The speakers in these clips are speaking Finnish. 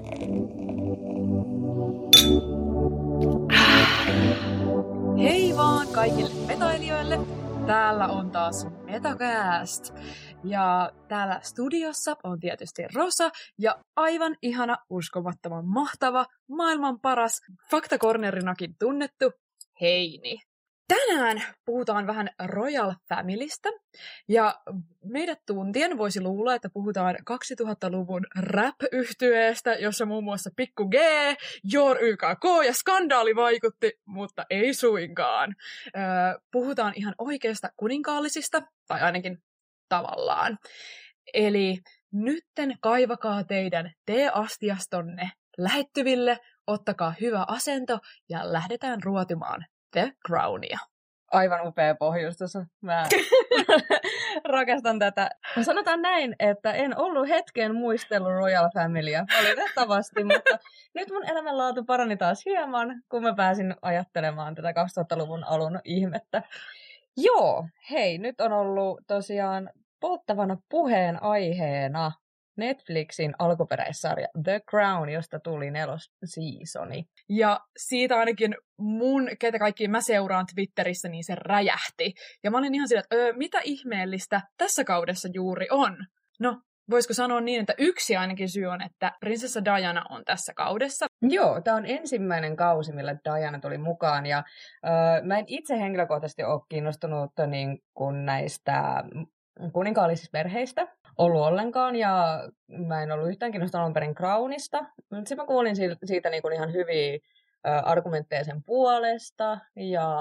Hei vaan kaikille metailijoille! Täällä on taas Metacast. Ja täällä studiossa on tietysti Rosa ja aivan ihana, uskomattoman mahtava, maailman paras, faktakornerinakin tunnettu Heini. Tänään puhutaan vähän Royal Familystä, ja meidät tuntien voisi luulla, että puhutaan 2000-luvun rap-yhtyeestä, jossa muun muassa Pikku G, Jor YKK ja Skandaali vaikutti, mutta ei suinkaan. Puhutaan ihan oikeista kuninkaallisista, tai ainakin tavallaan. Eli nytten kaivakaa teidän teeastiastonne lähettyville, ottakaa hyvä asento ja lähdetään ruotimaan The Crownia. Aivan upea pohjustus. Mä rakastan tätä. Sanotaan näin, että en ollut hetken muistellut Royal Familyä valitettavasti, mutta nyt mun elämänlaatu parani taas hieman, kun mä pääsin ajattelemaan tätä 2000-luvun alun ihmettä. Joo, hei, nyt on ollut tosiaan polttavana puheenaiheena Netflixin alkuperäissarja The Crown, josta tuli 4. seasoni. Ja siitä ainakin ketä kaikki mä seuraan Twitterissä, niin se räjähti. Ja mä olin ihan sillä, että mitä ihmeellistä tässä kaudessa juuri on? No, voisiko sanoa niin, että yksi ainakin syy on, että prinsessa Diana on tässä kaudessa. Joo, tämä on ensimmäinen kausi, millä Diana tuli mukaan. Ja mä en itse henkilökohtaisesti ole kiinnostunut niin kuin näistä kuninkaallisista perheistä ollut ollenkaan, ja mä en ollut yhtään kiinnostunut alun perin Crownista, mutta sitten mä kuulin siitä niin kuin ihan hyviä argumentteja sen puolesta, ja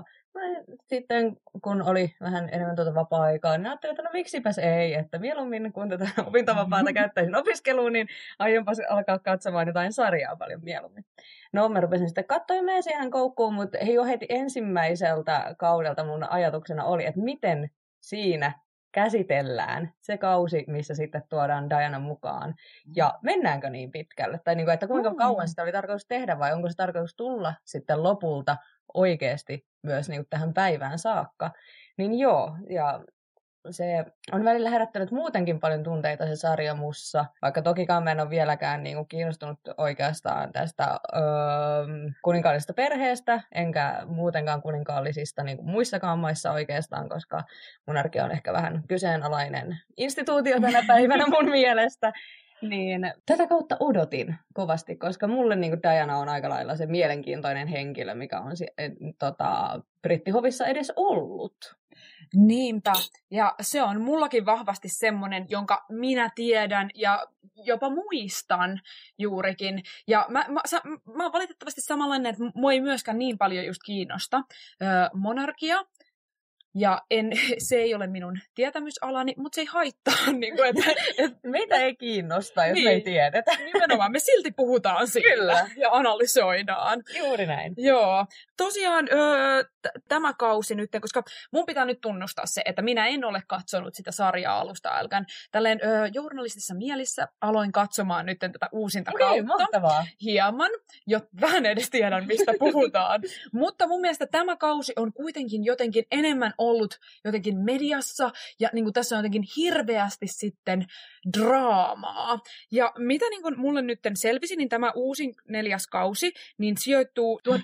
sitten kun oli vähän enemmän vapaa-aikaa, niin ajattelin, että no miksipäs ei, että mieluummin kun tätä opintovapaata käyttäisin opiskeluun, niin aionpas alkaa katsomaan jotain sarjaa paljon mieluummin. No mä rupesin sitten katsoa ja siihen koukkuun, mutta jo heti ensimmäiseltä kaudelta mun ajatuksena oli, että miten siinä käsitellään se kausi, missä sitten tuodaan Diana mukaan. Ja mennäänkö niin pitkälle? Tai niin kuin, että kuinka kauan sitä oli tarkoitus tehdä, vai onko se tarkoitus tulla sitten lopulta oikeasti myös niin kuin tähän päivään saakka? Niin joo, ja se on välillä herättänyt muutenkin paljon tunteita se sarja mussa, vaikka tokikaan mä en ole vieläkään niin kuin kiinnostunut oikeastaan tästä kuninkaallisesta perheestä, enkä muutenkaan kuninkaallisista niin kuin muissakaan maissa oikeastaan, koska monarkia on ehkä vähän kyseenalainen instituutio tänä päivänä mun mielestä. Niin tätä kautta odotin kovasti, koska mulle niin kuin Diana on aika lailla se mielenkiintoinen henkilö, mikä on Brittihovissa edes ollut. Niinpä, ja se on mullakin vahvasti semmoinen, jonka minä tiedän ja jopa muistan juurikin. Ja mä oon valitettavasti samanlainen, että mua ei myöskään niin paljon just kiinnosta monarkia. Ja se ei ole minun tietämysalani, mutta se ei haittaa. Niin kuin, meitä ei kiinnosta, jos me ei tiedetä. Nimenomaan, me silti puhutaan siitä. Kyllä. Ja analysoidaan. Juuri näin. Joo. Tosiaan tämä kausi nyt, koska mun pitää nyt tunnustaa se, että minä en ole katsonut sitä sarjaa alusta alkaen. Tälleen journalistisessa mielissä aloin katsomaan nyt tätä uusinta kautta. Mahtavaa. Hieman, jotta vähän edes tiedän, mistä puhutaan. Mutta mun mielestä tämä kausi on kuitenkin jotenkin enemmän ollut jotenkin mediassa, ja niin kuin tässä on jotenkin hirveästi sitten draamaa. Ja mitä niin kuin mulle nyt selvisi, niin tämä uusin 4. kausi niin sijoittuu 1977-1990.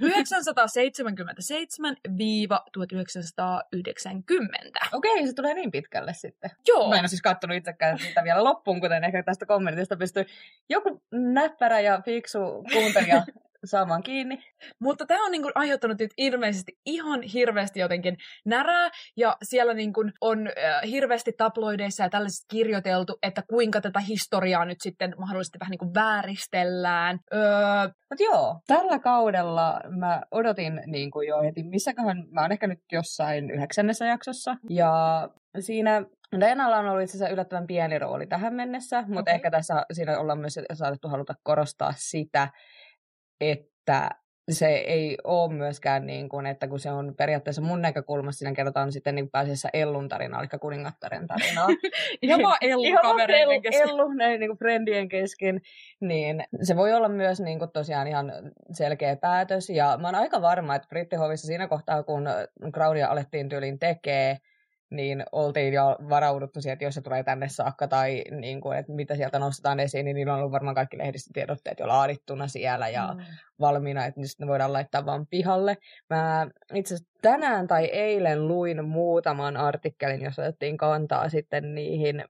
Okei, se tulee niin pitkälle sitten. Joo. Mä en ole siis katsonut itsekään sitä vielä loppuun, kuten ehkä tästä kommentista pystyy joku näppärä ja fiksu kuuntelija saamaan kiinni. Mutta tämä on niinku aiheuttanut nyt ilmeisesti ihan hirveästi jotenkin närää, ja siellä niinku on hirveästi tabloideissa ja tällaisista kirjoiteltu, että kuinka tätä historiaa nyt sitten mahdollisesti vähän niinku vääristellään. Mutta joo, tällä kaudella mä odotin niinku jo heti, missäköhän, mä oon ehkä nyt jossain 9. jaksossa, ja siinä Dianalla on ollut itse asiassa yllättävän pieni rooli tähän mennessä, mutta ehkä siinä ollaan myös saatettu haluta korostaa sitä, että se ei ole myöskään niin kuin, että kun se on periaatteessa mun näkökulmassa, siinä kerrotaan sitten niin pääasiassa Ellun tarinaa, eli kuningattaren tarinaa. Ihan vaan Ellu-kavereiden kesken. Ellu, näin niin kuin friendien kesken. Niin se voi olla myös niin kuin tosiaan ihan selkeä päätös. Ja mä oon aika varma, että Brittihovissa siinä kohtaa, kun Crownia alettiin tyyliin tekee, niin oltiin jo varauduttu siihen, että jos se tulee tänne saakka tai niin kuin, että mitä sieltä nostetaan esiin, niin niillä on ollut varmaan kaikki lehdistötiedotteet jo laadittuna siellä ja valmiina, että ne voidaan laittaa vaan pihalle. Mä itse asiassa tänään tai eilen luin muutaman artikkelin, jos otettiin kantaa sitten niihin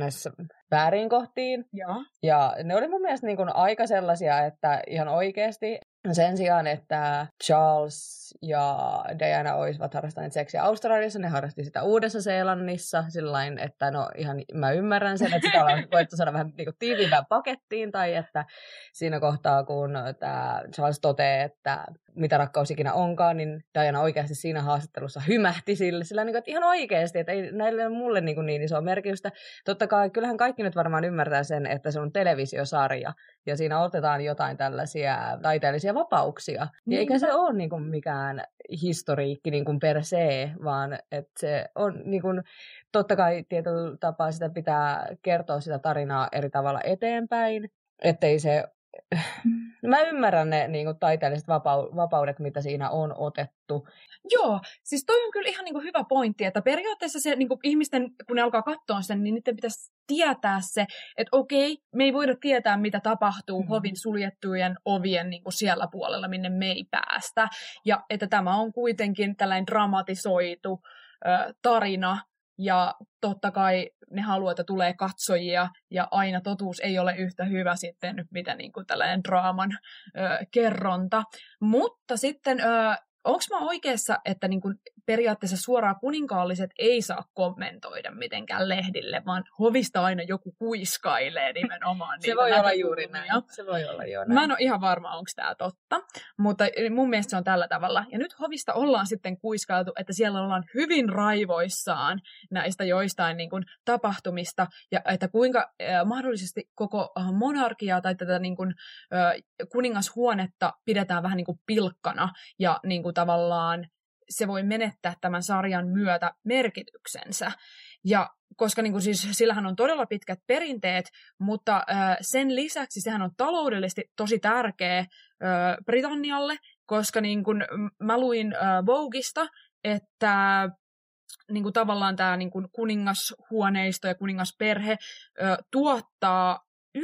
väärin kohtiin. Ja ne oli mun mielestä niin kuin aika sellaisia, että ihan oikeasti sen sijaan, että Charles ja Diana olisivat harrastaneet seksiä Australiassa, ne harrasti sitä Uudessa-Seelannissa sillain, että no ihan mä ymmärrän sen, että sitä ollaan koettu saada vähän niin kuin tiiviimpään pakettiin, tai että siinä kohtaa, kun tämä Charles toteaa, että mitä rakkaus ikinä onkaan, niin Diana oikeasti siinä haastattelussa hymähti sillä niin kuin, että ihan oikeasti, että ei näille mulle niin iso merkitystä. Totta kai, kyllähän kaikki nyt varmaan ymmärtää sen, että se on televisiosarja, ja siinä otetaan jotain tällaisia taiteellisia vapauksia. Niin eikä se ole niin kuin mikään historiikki niin kuin per se, vaan että se on niin kuin, totta kai tietyllä tapaa sitä pitää kertoa sitä tarinaa eri tavalla eteenpäin, ettei se... Mä ymmärrän ne niin kuin, taiteelliset vapaudet, mitä siinä on otettu. Joo, siis toi on kyllä ihan niin kuin hyvä pointti, että periaatteessa se niin kuin ihmisten, kun ne alkaa katsoa sen, niin niiden pitäisi tietää se, että okei, me ei voida tietää, mitä tapahtuu hovin suljettujen ovien niin kuin siellä puolella, minne me ei päästä. Ja että tämä on kuitenkin tällainen dramatisoitu tarina, ja totta kai ne haluaa, että tulee katsojia, ja aina totuus ei ole yhtä hyvä sitten, mitä niin kuin tällainen draaman kerronta. Mutta sitten, onko mä oikeassa, että niin kuin periaatteessa suoraan kuninkaalliset ei saa kommentoida mitenkään lehdille, vaan hovista aina joku kuiskailee nimenomaan. Se voi olla juuri näin. Se voi olla jo näin. Mä en ole ihan varma, onko tämä totta, mutta mun mielestä se on tällä tavalla. Ja nyt hovista ollaan sitten kuiskailtu, että siellä ollaan hyvin raivoissaan näistä joistain niin kuin tapahtumista, ja että kuinka mahdollisesti koko monarkiaa tai tätä niin kuin, kuningashuonetta pidetään vähän niin kuin pilkkana, ja niin kuin tavallaan se voi menettää tämän sarjan myötä merkityksensä. Ja koska niin kuin siis, sillähän on todella pitkät perinteet, mutta sen lisäksi sehän on taloudellisesti tosi tärkeä Britannialle, koska niin kuin mä luin Vogueista, että niin kuin tavallaan tämä niin kuin kuningashuoneisto ja kuningasperhe tuottaa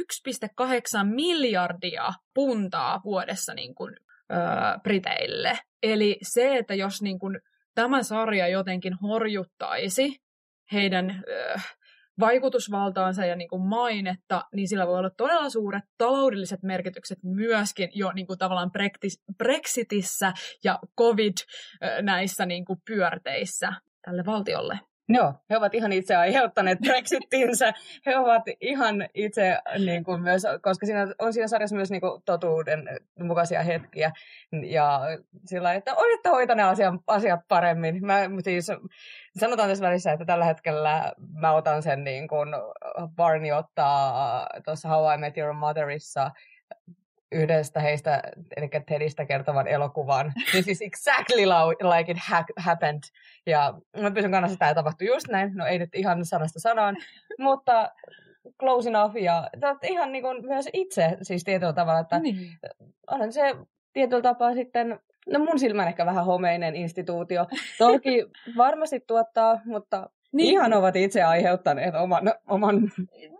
1,8 miljardia puntaa vuodessa niin kuin Briteille. Eli se, että jos niin kun tämä sarja jotenkin horjuttaisi heidän vaikutusvaltaansa ja niin kun mainetta, niin sillä voi olla todella suuret taloudelliset merkitykset myöskin jo niin kun tavallaan Brexitissä ja COVID näissä niin kun pyörteissä tälle valtiolle. Joo, he ovat ihan itse aiheuttaneet Brexitinsä. He ovat ihan itse, niin kuin myös, koska siinä sarjassa myös niin kuin totuuden mukaisia hetkiä. Ja sillä että olette hoitaneet asiat paremmin. Siis, sanotaan tässä välissä, että tällä hetkellä mä otan sen, niin kuin Barney ottaa tuossa How I Met Your Motherissa yhdestä heistä, eli Tedistä kertovan elokuvan. This is exactly like it happened. Ja mä pysyn kannassa, että tämä tapahtui just näin. No ei nyt ihan sanasta sanaan, mutta close enough. Ja ihan niin kuin myös itse siis tietyllä tavalla, että onhan se tietyllä tapaa sitten, no mun silmän ehkä vähän homeinen instituutio. Toki varmasti tuottaa, mutta ihan ovat itse aiheuttaneet oman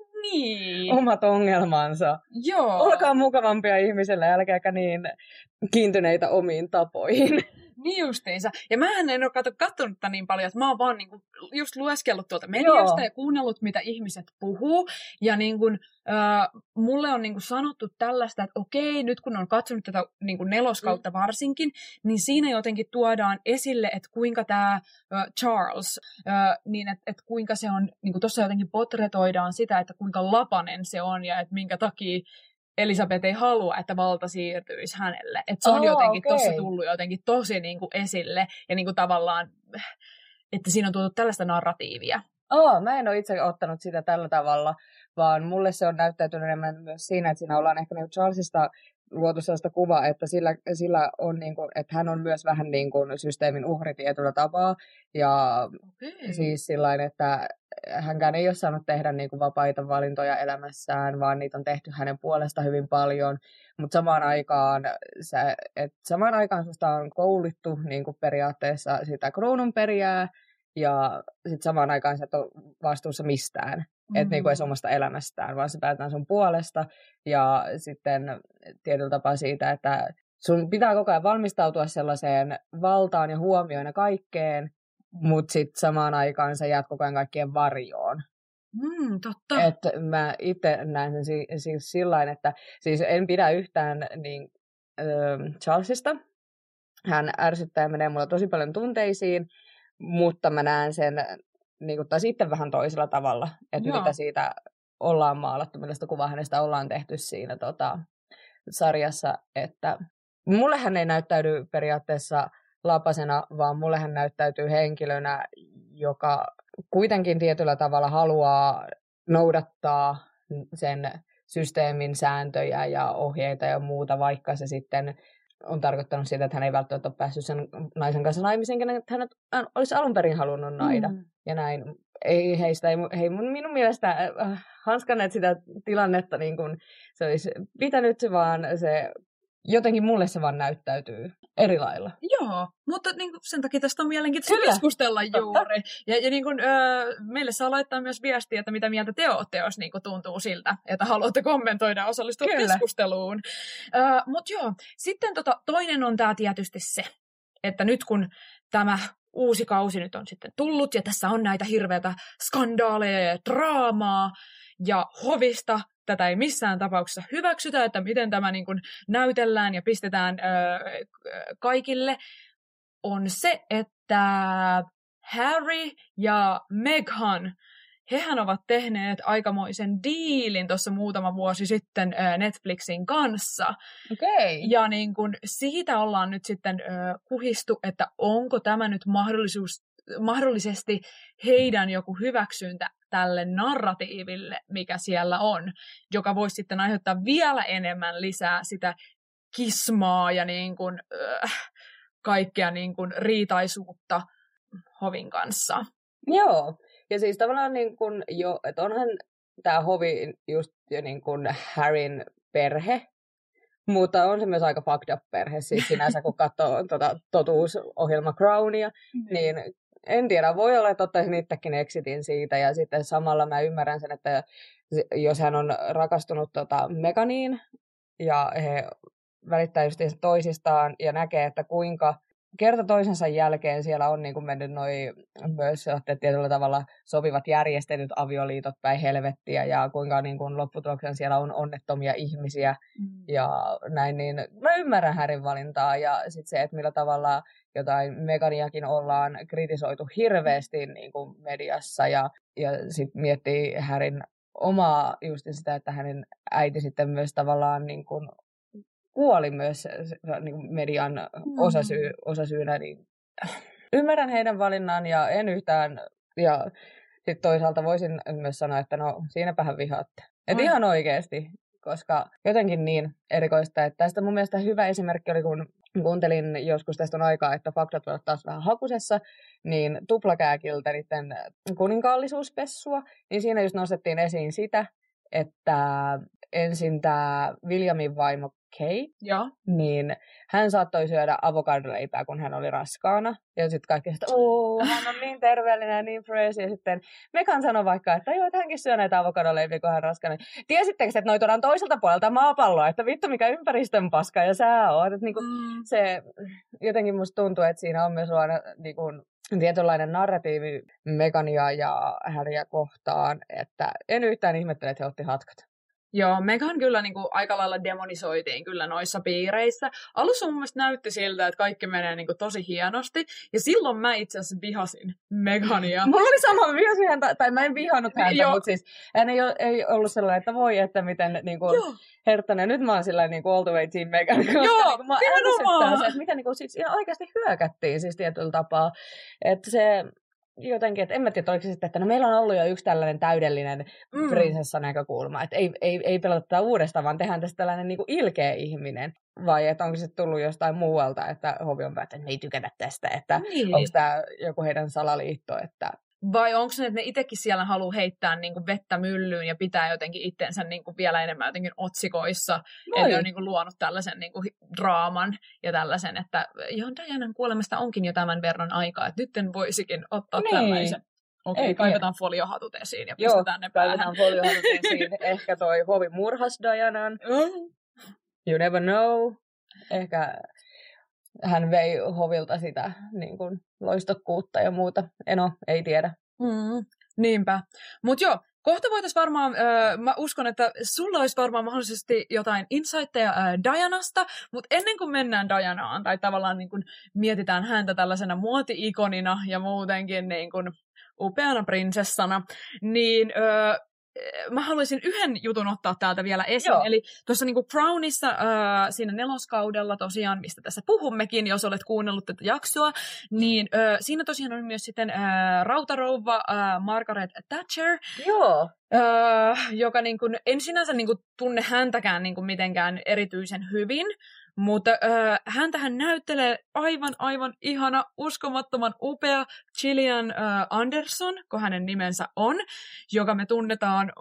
omat ongelmansa. Joo. Olkaa mukavampia ihmisille, älkääkä niin kiintyneitä omiin tapoihin. Niin justiinsa. Ja mähän en ole katsonut niin paljon, että mä oon vaan niinku just lueskellut tuolta mediasta ja kuunnellut, mitä ihmiset puhuu. Ja niinku, mulle on niinku sanottu tällaista, että okei, nyt kun on katsonut tätä niinku neloskautta varsinkin, niin siinä jotenkin tuodaan esille, että kuinka tämä Charles, niin että kuinka se on, niinku tuossa jotenkin portretoidaan sitä, että kuinka lapanen se on ja että minkä takia Elisabeth ei halua, että valta siirtyisi hänelle. Että se on jotenkin tuossa tullut jotenkin tosi niin kuin esille ja niin kuin tavallaan, että siinä on tullut tällaista narratiivia. Mä en ole itse ottanut sitä tällä tavalla, vaan mulle se on näyttäytynyt enemmän myös siinä, että siinä ollaan ehkä niin Charlesista luotu sellaista kuvaa, että sillä on niin kuin, että hän on myös vähän niin kuin systeemin uhri tietyllä tapaa. Ja siis sillain, että hänkään ei ole saanut tehdä niin kuin vapaita valintoja elämässään, vaan niitä on tehty hänen puolesta hyvin paljon. Mutta samaan aikaan susta on koulittu niin kuin periaatteessa sitä kruununperijää, ja sitten samaan aikaan sä et ole vastuussa mistään. Että niinku edes omasta elämästään, vaan se päätetään sun puolesta. Ja sitten tietyllä tapaa siitä, että sun pitää koko ajan valmistautua sellaiseen valtaan ja huomioon ja kaikkeen, mutta sitten samaan aikaan sä jäät koko ajan kaikkien varjoon. Totta. Että mä itse näen sen siis sillain, että siis en pidä yhtään niin, Charlesista. Hän ärsyttää ja menee mulla tosi paljon tunteisiin, mutta mä näen sen niin taas sitten vähän toisella tavalla, että mitä siitä ollaan maalattu, millaista kuvaa hänestä ollaan tehty siinä sarjassa, että mulle hän ei näyttäydy periaatteessa lapasena, vaan mulle hän näyttäytyy henkilönä, joka kuitenkin tietyllä tavalla haluaa noudattaa sen systeemin sääntöjä ja ohjeita ja muuta, vaikka se sitten on tarkoittanut sitä, että hän ei välttämättä ole päässyt sen naisen kanssa naimisiin, kenen hän olisi alun perin halunnut naida. Ja näin. Minun mielestä hanskaneet sitä tilannetta niin kuin se olisi pitänyt, vaan se jotenkin mulle se vaan näyttäytyy eri lailla. Joo, mutta niin kuin sen takia tästä on mielenkiintoista keskustella juuri. Ja niin kuin, meille saa laittaa myös viestiä, että mitä mieltä te olette, jos niin kuin tuntuu siltä, että haluatte kommentoida ja osallistua keskusteluun. Mutta joo, sitten toinen on tämä tietysti se, että nyt kun tämä uusi kausi nyt on sitten tullut, ja tässä on näitä hirveätä skandaaleja ja draamaa, ja hovista tätä ei missään tapauksessa hyväksytä, että miten tämä niin kuin näytellään ja pistetään kaikille, on se, että Harry ja Meghan, hehän ovat tehneet aikamoisen diilin tuossa muutama vuosi sitten Netflixin kanssa. Okay. Ja niin kun siitä ollaan nyt sitten kuhistu, että onko tämä nyt mahdollisesti heidän joku hyväksyntä tälle narratiiville, mikä siellä on, joka voisi sitten aiheuttaa vielä enemmän lisää sitä kismaa ja niin kun, kaikkea niin kun riitaisuutta hovin kanssa. Joo. Ja siis tavallaan niin kun jo, että onhan tämä hovi just jo niin kun Harryn perhe, mutta on se myös aika fucked up perhe, siis sinänsä kun katsoo totuusohjelma Crownia, niin en tiedä, voi olla, että ottaisin itsekin exitin siitä, ja sitten samalla mä ymmärrän sen, että jos hän on rakastunut Meganiin, ja he välittää just toisistaan, ja näkee, että kuinka kerta toisensa jälkeen siellä on niin kuin mennyt myös tietyllä tavalla sopivat järjestetyt avioliitot päin helvettiä ja kuinka niin kuin lopputuloksen siellä on onnettomia ihmisiä ja näin, niin mä ymmärrän Harryn valintaa ja sitten se, että millä tavalla jotain Meganiakin ollaan kritisoitu hirveästi niin kuin mediassa ja sitten miettii Harryn omaa just sitä, että hänen äiti sitten myös tavallaan niin kuin kuoli myös niin median osasyynä, niin ymmärrän heidän valinnan ja en yhtään, ja sitten toisaalta voisin myös sanoa, että no siinäpähän vihaatte. Että ihan oikeasti, koska jotenkin niin erikoista, että tästä mun mielestä hyvä esimerkki oli, kun kuuntelin joskus tästä on aikaa, että faktat ovat taas vähän hakusessa, niin Tuplakääkiltä niiden kuninkaallisuuspessua, niin siinä just nostettiin esiin sitä, että ensin tämä Williamin vaimo Kate, niin hän saattoi syödä avokadoleipää, kun hän oli raskaana. Ja sitten kaikki että hän on niin terveellinen ja niin fresh. Ja sitten Meghan sanoi vaikka, että joo, että hänkin syö näitä avokadoleipiä, kun hän on raskaana. Tiesittekö, että noita on toiselta puolelta maapalloa, että vittu mikä ympäristön paska ja sä oot. Että niinku, se jotenkin musta tuntuu, että siinä on myös aina niinku, tietynlainen narratiivi Meghania ja Harryä kohtaan, että en yhtään ihmettele, että he otti hatkat. Joo, Meghan kyllä niin kuin aika lailla demonisoitiin kyllä noissa piireissä. Alussa mun mielestä näytti siltä, että kaikki menee niin kuin tosi hienosti. Ja silloin mä itse asiassa vihasin Meghania. Mulla oli sama, vihasin häntä, tai mä en vihannut häntä, mutta siis hän ei ollut sellainen, että voi, että miten niin kuin herttainen. Nyt mä oon sellainen niin kuin all the way team Meghan, koska joo, niin mä ärsyttää se, että miten niin kuin, siis ihan oikeasti hyökättiin siis tietyllä tapaa. Että se jotenkin, että en mä tiedä, oliko se sitten, että no meillä on ollut jo yksi tällainen täydellinen prinsessa-näkökulma, että ei pelata tätä uudestaan, vaan tehdään tästä tällainen niin kuin ilkeä ihminen. Vai että onko se tullut jostain muualta, että hovi on päättänyt, että me ei tykätä tästä, että onko tämä joku heidän salaliitto, että Vai onko se, että ne itsekin siellä haluaa heittää niin kuin vettä myllyyn ja pitää jotenkin itsensä niin kuin vielä enemmän jotenkin otsikoissa. Eli on niin kuin luonut tällaisen niin kuin draaman ja tällaisen, että ihan Dianan kuolemasta onkin jo tämän verran aikaa, että nyt voisikin ottaa tällaisen. Okei, kaivetaan foliohatut esiin ja pistetään ne päähän. Kaivetaan foliohatut esiin. Ehkä toi hovi murhas Dianan. You never know. Ehkä hän vei hovilta sitä niin kuin loistokkuutta ja muuta. Ei tiedä. Niinpä. Mutta joo, kohta voitaisiin varmaan, mä uskon, että sulla olisi varmaan mahdollisesti jotain insightteja Dianasta, mutta ennen kuin mennään Dianaan, tai tavallaan niin kuin mietitään häntä tällaisena muoti-ikonina ja muutenkin niin kuin upeana prinsessana, niin mä haluaisin yhden jutun ottaa täältä vielä esiin. Joo. Eli tuossa niinku Crownissa siinä 4. kaudella tosiaan, mistä tässä puhummekin, jos olet kuunnellut tätä jaksoa, niin siinä tosiaan on myös sitten rautarouva Margaret Thatcher. Joo. Joka niinku, en sinänsä niinku tunne häntäkään niinku mitenkään erityisen hyvin, mutta häntähän näyttelee aivan ihana, uskomattoman upea Gillian Anderson, kun hänen nimensä on, joka me tunnetaan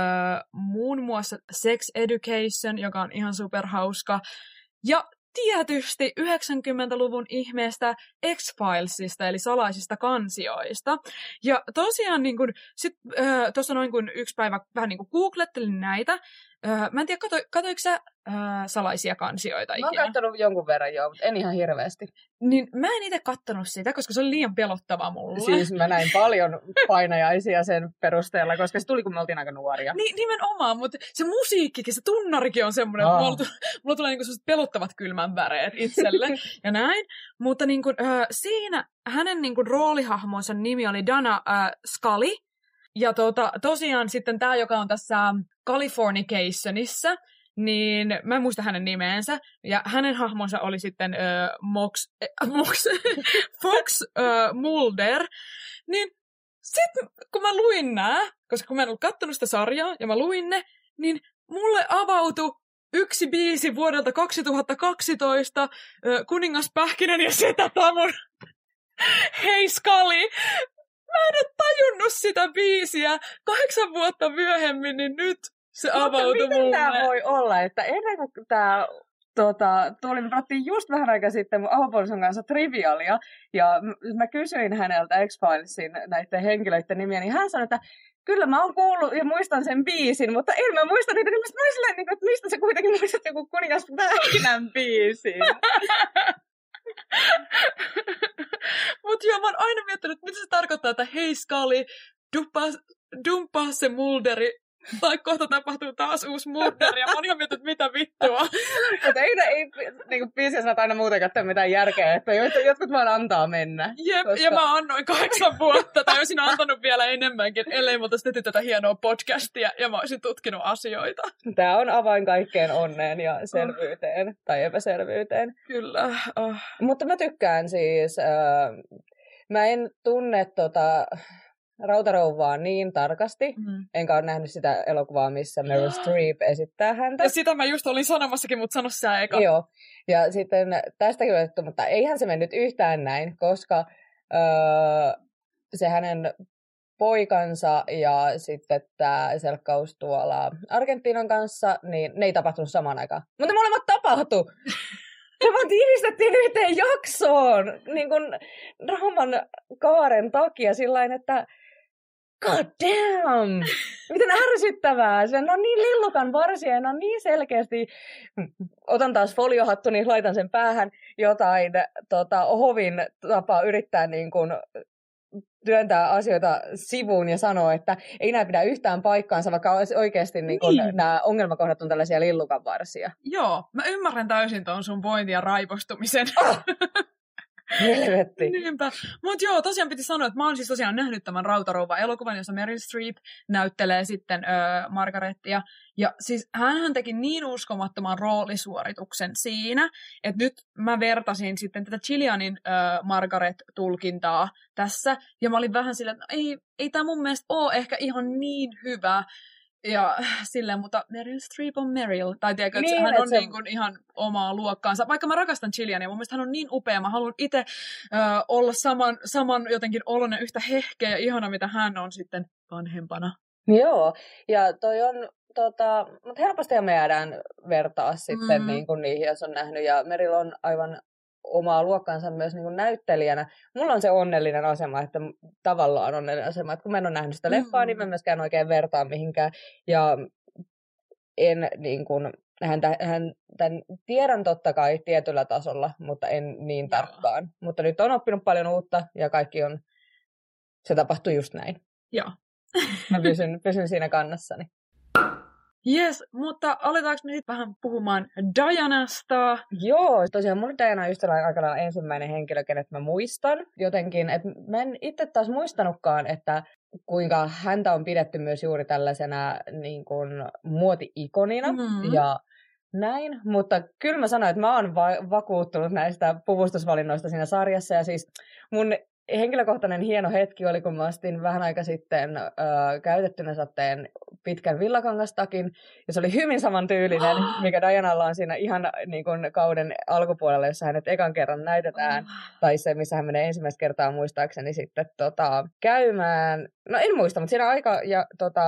muun muassa Sex Education, joka on ihan superhauska, ja tietysti 90-luvun ihmeestä X-Filesista, eli salaisista kansioista. Ja tosiaan niin tuossa noin kun yksi päivä vähän niin kuin googlettelin näitä. Mä en tiedä, katoiko sä salaisia kansioita ikinä? Mä oon kattonut jonkun verran joo, mutta en ihan hirveästi. Niin mä en itse kattonut sitä, koska se oli liian pelottavaa mulle. Siis mä näin paljon painajaisia sen perusteella, koska se tuli, kun me oltiin aika nuoria. Nimenomaan, mutta se musiikkikin, se tunnarikin on semmoinen, että mulla tulee niinku sellaiset pelottavat kylmän väreet itselle ja näin. Mutta niinku, siinä hänen niinku roolihahmonsa nimi oli Dana Scully. Ja tosiaan sitten tämä, joka on tässä Californicationissa, niin mä en muista hänen nimeensä, ja hänen hahmonsa oli sitten Fox Mulder, niin sitten kun mä luin koska kun mä en ollut kattonut sitä sarjaa, ja mä luin ne, niin mulle avautui yksi biisi vuodelta 2012, Kuningas Pähkinän ja Setä Tamon, Hei Scully! Mä en ole tajunnut sitä biisiä 8 vuotta myöhemmin, niin nyt se avautui mulle. Miten tämä voi olla, että ennen kuin tämä tuli, me pelattiin just vähän aikaa sitten mun avopuolison kanssa trivialia, ja mä kysyin häneltä X-Filesin näiden henkilöiden nimiä, niin hän sanoi, että kyllä mä oon kuullut ja muistan sen biisin, mutta en mä muista niitä, niin mä olin silleen, että mistä sä kuitenkin muistat joku Kuningas Pähkinän biisin. Mutta joo, mä oon aina miettinyt, mitä se tarkoittaa, että hei Scully, dumppaa se Mulderi, tai kohta tapahtuu taas uusi Mulder, ja mä oon ihan miettinyt, mitä vittua. Mutta ei niinku biisiä sanat aina muuten katsoa mitään järkeä, että jotkut vaan antaa mennä. Jep, koska... ja mä annoin 8 vuotta, tai olisin antanut vielä enemmänkin, ellei multa sitten tätä hienoa podcastia, ja mä olisin tutkinut asioita. Tää on avain kaikkeen onneen ja selvyyteen, tai epäselvyyteen. Kyllä. Mutta mä tykkään siis, mä en tunne Rautarouvaa niin tarkasti, enkä ole nähnyt sitä elokuvaa, missä Meryl Streep esittää häntä. Ja sitä mä just olin sanomassakin, mutta sano sä eka. Joo, ja sitten tästäkin otettu, mutta eihän se mennyt yhtään näin, koska se hänen poikansa ja sitten tämä selkkaus tuolla Argentiinan kanssa, niin ne ei tapahtunut samaan aikaan. Mutta molemmat tapahtui! Ne vaan tiivistettiin yhteen jaksoon niin kuin draaman kaaren takia sillain, että god damn! Miten ärsyttävää! Se on niin lillukan varsia ja ne on niin selkeästi, otan taas foliohattuni, niin laitan sen päähän jotain hovin tapaa yrittää niin kuin työntää asioita sivuun ja sanoa, että ei näin pidä yhtään paikkaansa, vaikka oikeasti niin kun nämä ongelmakohdat on tällaisia lillukan varsia. Joo, mä ymmärrän täysin tuon sun pointin ja raipostumisen. Helvetti. Niinpä. Mutta joo, tosiaan piti sanoa, että mä oon siis tosiaan nähnyt tämän Rautarouva-elokuvan, jossa Meryl Streep näyttelee sitten Margarettia. Ja siis hänhän teki niin uskomattoman roolisuorituksen siinä, että nyt mä vertasin sitten tätä Gillianin Margaret-tulkintaa tässä. Ja mä olin vähän silleen, että ei tää mun mielestä ole ehkä ihan niin hyvä. Ja silleen, mutta Meryl Streep on Meryl. Tai tiedätkö, että Niin, hän että on niin kuin ihan omaa luokkaansa. Vaikka mä rakastan Gilliania, mun mielestä hän on niin upea. Mä haluan itse olla saman jotenkin oloinen, yhtä hehkeä ja ihana, mitä hän on sitten vanhempana. Joo, ja toi on, mutta helposti me jäädään vertaa sitten niin kuin niihin, jos on nähnyt. Ja Meryl on aivan omaa luokkaansa myös niin kuin näyttelijänä. Mulla on se onnellinen asema, että tavallaan onnellinen asema, että kun mä en ole nähnyt sitä leffaa, niin mä myöskään oikein vertaa mihinkään. Ja en niin kuin, tämän tiedän totta kai tietyllä tasolla, mutta en niin tarkkaan. Mutta nyt on oppinut paljon uutta ja kaikki on, se tapahtui just näin. Joo. Mä pysyn siinä kannassani. Jes, mutta aletaanko me sitten vähän puhumaan Dianasta? Joo, tosiaan mun Diana on just aikana ensimmäinen henkilö, kenet mä muistan. Jotenkin, että mä en itse taas muistanutkaan, että kuinka häntä on pidetty myös juuri tällaisena niin kuin muoti-ikonina ja näin. Mutta kyllä mä sanoin, että mä oon vakuuttunut näistä puvustusvalinnoista siinä sarjassa ja siis mun henkilökohtainen hieno hetki oli, kun mä ostin vähän aika sitten käytettynä satteen pitkän villakangastakin. Ja se oli hyvin samantyylinen, mikä Dianalla on siinä ihan niin kuin kauden alkupuolella, jossa hänet ekan kerran näytetään. Tai se, missä hän menee ensimmäistä kertaa muistaakseni sitten käymään. No en muista, mutta siinä aika ja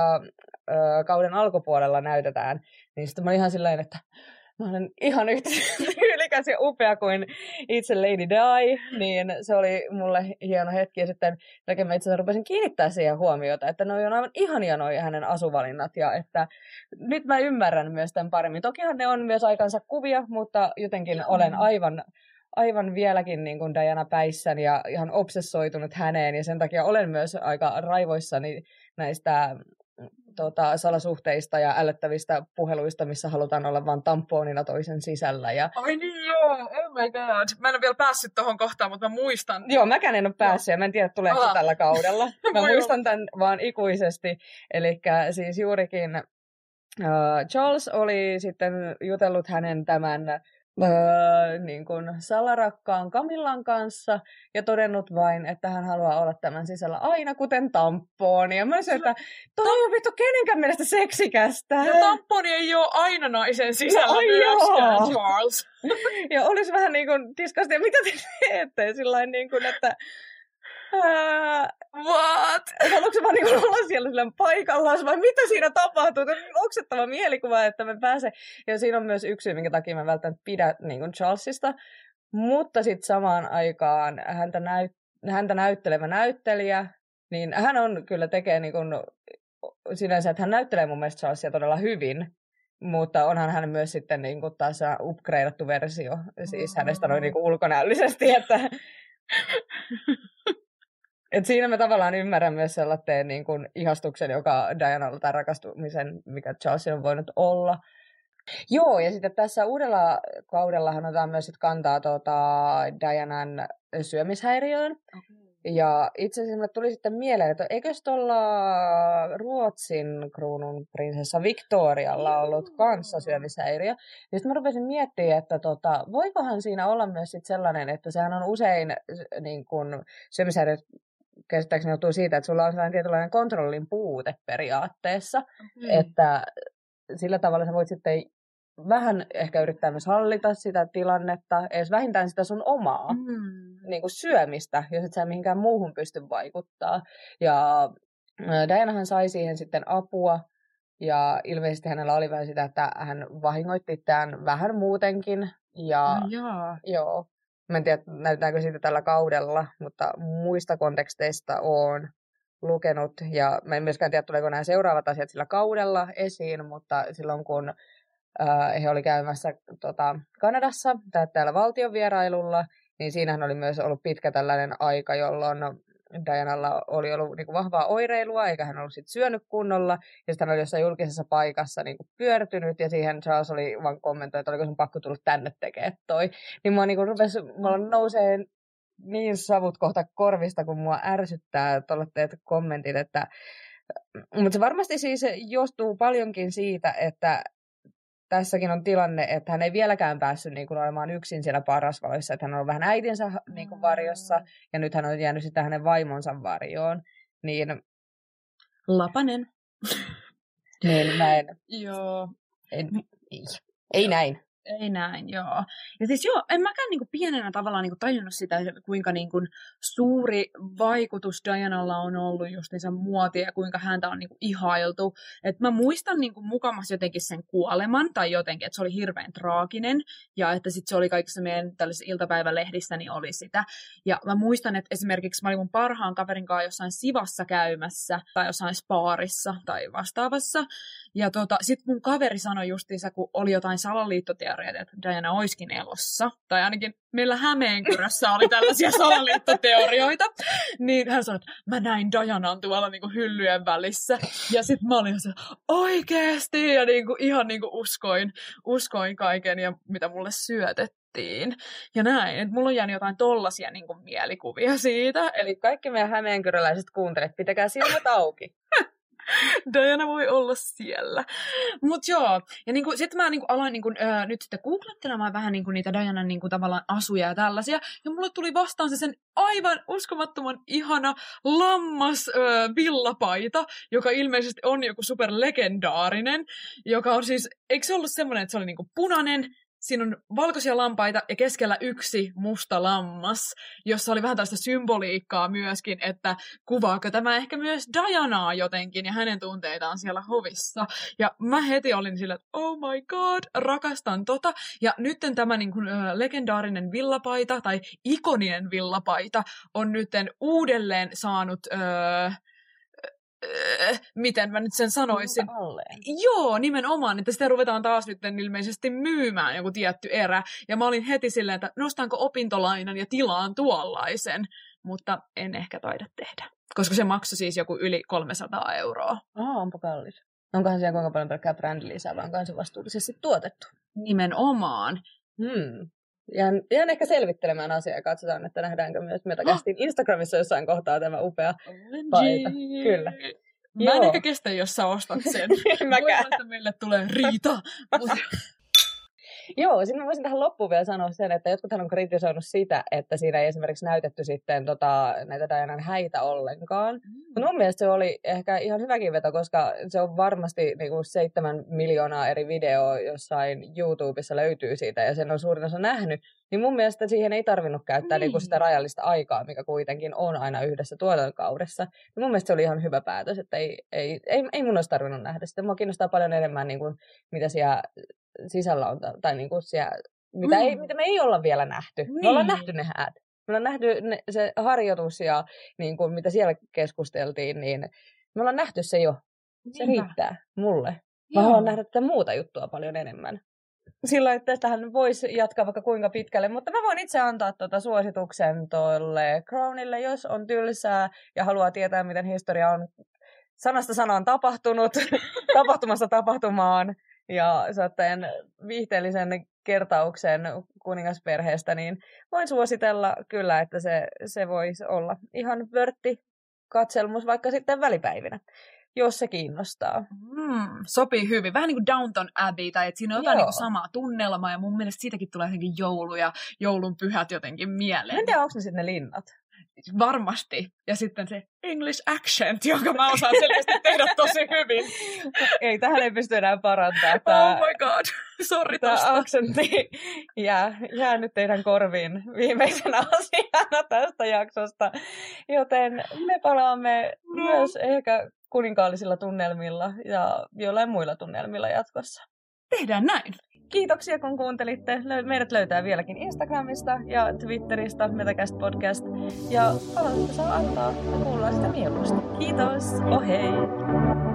kauden alkupuolella näytetään. Niin sitten mä olin ihan silleen, että mä olen ihan yhtä tyylikäs ja upea kuin itse Lady Di, niin se oli mulle hieno hetki. Ja sitten mä itse asiassa rupesin kiinnittää siihen huomiota, että ne on aivan ihania noi hänen asuvalinnat. Ja että nyt mä ymmärrän myös tämän paremmin. Tokihan ne on myös aikansa kuvia, mutta jotenkin olen aivan vieläkin niin kuin Diana päissän ja ihan obsessoitunut häneen. Ja sen takia olen myös aika raivoissani näistä salasuhteista ja ällöttävistä puheluista, missä halutaan olla vain tampoonina toisen sisällä. Ja ai niin joo, oh my god. Mä en ole vielä päässyt tohon kohtaan, mutta mä muistan. Joo, mäkään en ole päässyt ja mä en tiedä, tuleeko se tällä kaudella. Mä muistan tämän vaan ikuisesti. Eli siis juurikin Charles oli sitten jutellut hänen tämän niin kuin salarakkaan Camillan kanssa ja todennut vain, että hän haluaa olla tämän sisällä aina, kuten tamponi. Ja mä sanoin, että toi on vittu kenenkään mielestä seksikästä. Ja tamponi ei ole aina naisen sisällä myöskään, Charles. Ja olisi vähän niin kuin disgustia, mitä te teette? Sillain niin kuin, että what? Haluatko vaan niin olla siellä paikallaan vai mitä siinä tapahtuu? Tämä on oksettava mielikuva, että me pääse. Ja siinä on myös yksi syy, minkä takia mä välttämättä pidän niin kuin Charlesista. Mutta sitten samaan aikaan häntä näyttelevä näyttelijä, niin hän on kyllä tekee niin kuin, sinänsä, että hän näyttelee mun mielestä Charlesia todella hyvin. Mutta onhan hän myös sitten niin kuin taas upgradeattu versio siis hänestä noin niin kuin ulkonäöllisesti, että et siinä mä tavallaan ymmärrän myös sellaisen niin kuin ihastuksen, joka Dianalla tai rakastumisen, mikä Charles on voinut olla. Joo, ja sitten tässä uudella kaudellahan otetaan myös sit kantaa Dianan syömishäiriöön. Okay. Ja itse asiassa mulle tuli sitten mieleen, että eikös tuolla Ruotsin kruunun prinsessa Victorialla ollut kanssa syömishäiriö. Ja sitten mä rupesin miettimään, että voikohan siinä olla myös sit sellainen, että sehän on usein niin kun syömishäiriö käsittääkseni joutuu siitä, että sulla on sellainen tietynlainen kontrollin puute periaatteessa, että sillä tavalla sä voit sitten vähän ehkä yrittää myös hallita sitä tilannetta, edes vähintään sitä sun omaa niin kuin syömistä, jos et sä mihinkään muuhun pysty vaikuttaa. Ja Dianahan sai siihen sitten apua, ja ilmeisesti hänellä oli vähän sitä, että hän vahingoitti tämän vähän muutenkin, ja joo. Mä en tiedä, näytetäänkö siitä tällä kaudella, mutta muista konteksteista olen lukenut. Ja mä en myöskään tiedä, tuleeko nämä seuraavat asiat sillä kaudella esiin, mutta silloin kun he oli käymässä Kanadassa tai täällä valtionvierailulla, niin siinähän oli myös ollut pitkä tällainen aika, jolloin Dianalla oli ollut niin kuin vahvaa oireilua, eikä hän ollut sit syönyt kunnolla, ja sitten hän oli jossain julkisessa paikassa niin kuin pyörtynyt, ja siihen Charles oli vaan kommentoi, että oliko sun pakko tullut tänne tekemään toi. Niin mua niin mulla nousee niin savut kohta korvista, kun mua ärsyttää tuollateet kommentit, että mutta se varmasti siis johtuu paljonkin siitä, että tässäkin on tilanne, että hän ei vieläkään päässyt niin kuin olemaan yksin siellä Parasvaloissa, että hän on ollut vähän äitinsä niin kuin varjossa, ja nyt hän on jäänyt sitä hänen vaimonsa varjoon. Niin Lapanen. Niin, mä en. Joo. Ei näin. Ei näin, joo. Ja siis joo, en mäkään niinku pienenä tavallaan niinku tajunnut sitä, kuinka niinku suuri vaikutus Dianalla on ollut just niissä muotia ja kuinka häntä on niinku ihailtu. Et mä muistan niinku mukamas jotenkin sen kuoleman tai jotenkin, että se oli hirveän traaginen ja että sit se oli kaikissa meidän tällaisissa iltapäivälehdissä, niin oli sitä. Ja mä muistan, että esimerkiksi mä olin mun parhaan kaverin kanssa jossain Sivassa käymässä tai jossain spaarissa tai vastaavassa. Ja sit mun kaveri sanoi justiinsa, kun oli jotain salaliittoteorioita, että Diana oiskin elossa, tai ainakin meillä Hämeenkyrössä oli tällaisia salaliittoteorioita, niin hän sanoi, että mä näin Dianan tuolla niinku hyllyjen välissä, ja sitten mä olin se, oikeesti, ja niinku, ihan niinku uskoin kaiken, ja mitä mulle syötettiin. Ja näin, että mulla on jäänyt jotain tollaisia niinku mielikuvia siitä. Eli kaikki meidän hämeenkyräläiset kuuntelijat, pitäkää silmät auki. Diana voi olla siellä. Mut joo, ja niinku, sitten mä niinku aloin niinku, nyt sitten googlettelemaan vähän niinku niitä Dianan niinku, tavallaan asuja ja tällaisia, ja mulle tuli vastaan se sen aivan uskomattoman ihana lammas villapaita, joka ilmeisesti on joku superlegendaarinen, joka on siis, eikö se ollut semmoinen, että se oli niinku punainen, siinä on valkoisia lampaita ja keskellä yksi musta lammas, jossa oli vähän tällaista symboliikkaa myöskin, että kuvaako tämä ehkä myös Dianaa jotenkin ja hänen tunteitaan siellä hovissa. Ja mä heti olin sillä, että oh my god, rakastan tota. Ja nytten tämä niin kuin, legendaarinen villapaita tai ikoninen villapaita on nytten uudelleen saanut... miten mä nyt sen sanoisin. Joo, nimenomaan, että sitä ruvetaan taas nyt ilmeisesti myymään joku tietty erä. Ja mä olin heti silleen, että nostanko opintolainan ja tilaan tuollaisen. Mutta en ehkä taida tehdä. Koska se maksoi siis joku yli 300 €. Onpa kallis. Onkohan siellä kuinka paljon pelkkää brändilisää, vai onkohan se vastuullisesti tuotettu? Nimenomaan. Jään ehkä selvittelemään asiaa ja katsotaan, että nähdäänkö myös Metakästin Instagramissa jossain kohtaa tämä upea paita. Kyllä. Mä en ehkä kestä, jos sä ostat sen. Voi olla, että meille tulee riita. Joo, sitten mä voisin tähän loppuun vielä sanoa sen, että jotkuthan on kritisoinut sitä, että siinä ei esimerkiksi näytetty sitten näitä Dianan häitä ollenkaan. Mutta mun mielestä se oli ehkä ihan hyväkin veto, koska se on varmasti niinku 7 miljoonaa eri videoa jossain YouTubessa löytyy siitä ja sen on suurin osa nähnyt. Niin mun mielestä siihen ei tarvinnut käyttää niinku sitä rajallista aikaa, mikä kuitenkin on aina yhdessä tuotantokaudessa. Ja mun mielestä se oli ihan hyvä päätös, että ei mun olisi tarvinnut nähdä sitä. Mua kiinnostaa paljon enemmän, niinku, mitä siellä sisällä on, tai niinku siellä, mitä me ei olla vielä nähty. Niin. Me ollaan nähty ne häät. Me ollaan nähty se harjoitus ja niinku, mitä siellä keskusteltiin, niin me ollaan nähty se jo. Se riittää mulle. Mä haluan nähdä tätä muuta juttua paljon enemmän. Silloin, että tästähän voisi jatkaa vaikka kuinka pitkälle, mutta mä voin itse antaa suosituksen tuolle Crownille, jos on tylsää ja haluaa tietää, miten historia on sanasta sanaan tapahtunut, tapahtumasta tapahtumaan ja saattaen viihteellisen kertauksen kuningasperheestä, niin voin suositella kyllä, että se voisi olla ihan vörtti katselmus vaikka sitten välipäivinä, jos se kiinnostaa. Sopii hyvin. Vähän niin kuin Downton Abbey, tai että siinä on jotain niin kuin samaa tunnelmaa, ja mun mielestä siitäkin tulee jotenkin joulu ja joulun pyhät jotenkin mieleen. En tiedä, onko ne sitten ne linnat? Varmasti. Ja sitten se English accent, jonka mä osaan selkeästi tehdä tosi hyvin. Ei, tähän ei pysty enää parantamaan. Oh my god, sorry tosta. Tämä aksentti jää nyt teidän korviin viimeisenä asiana tästä jaksosta. Joten me palaamme myös ehkä kuninkaallisilla tunnelmilla ja jollain muilla tunnelmilla jatkossa. Tehdään näin. Kiitoksia, kun kuuntelitte. Meidät löytää vieläkin Instagramista ja Twitteristä Metakäst Podcast. Ja palautetta saa antaa ja kuullaan sitä mieluusti. Kiitos. Oh hei!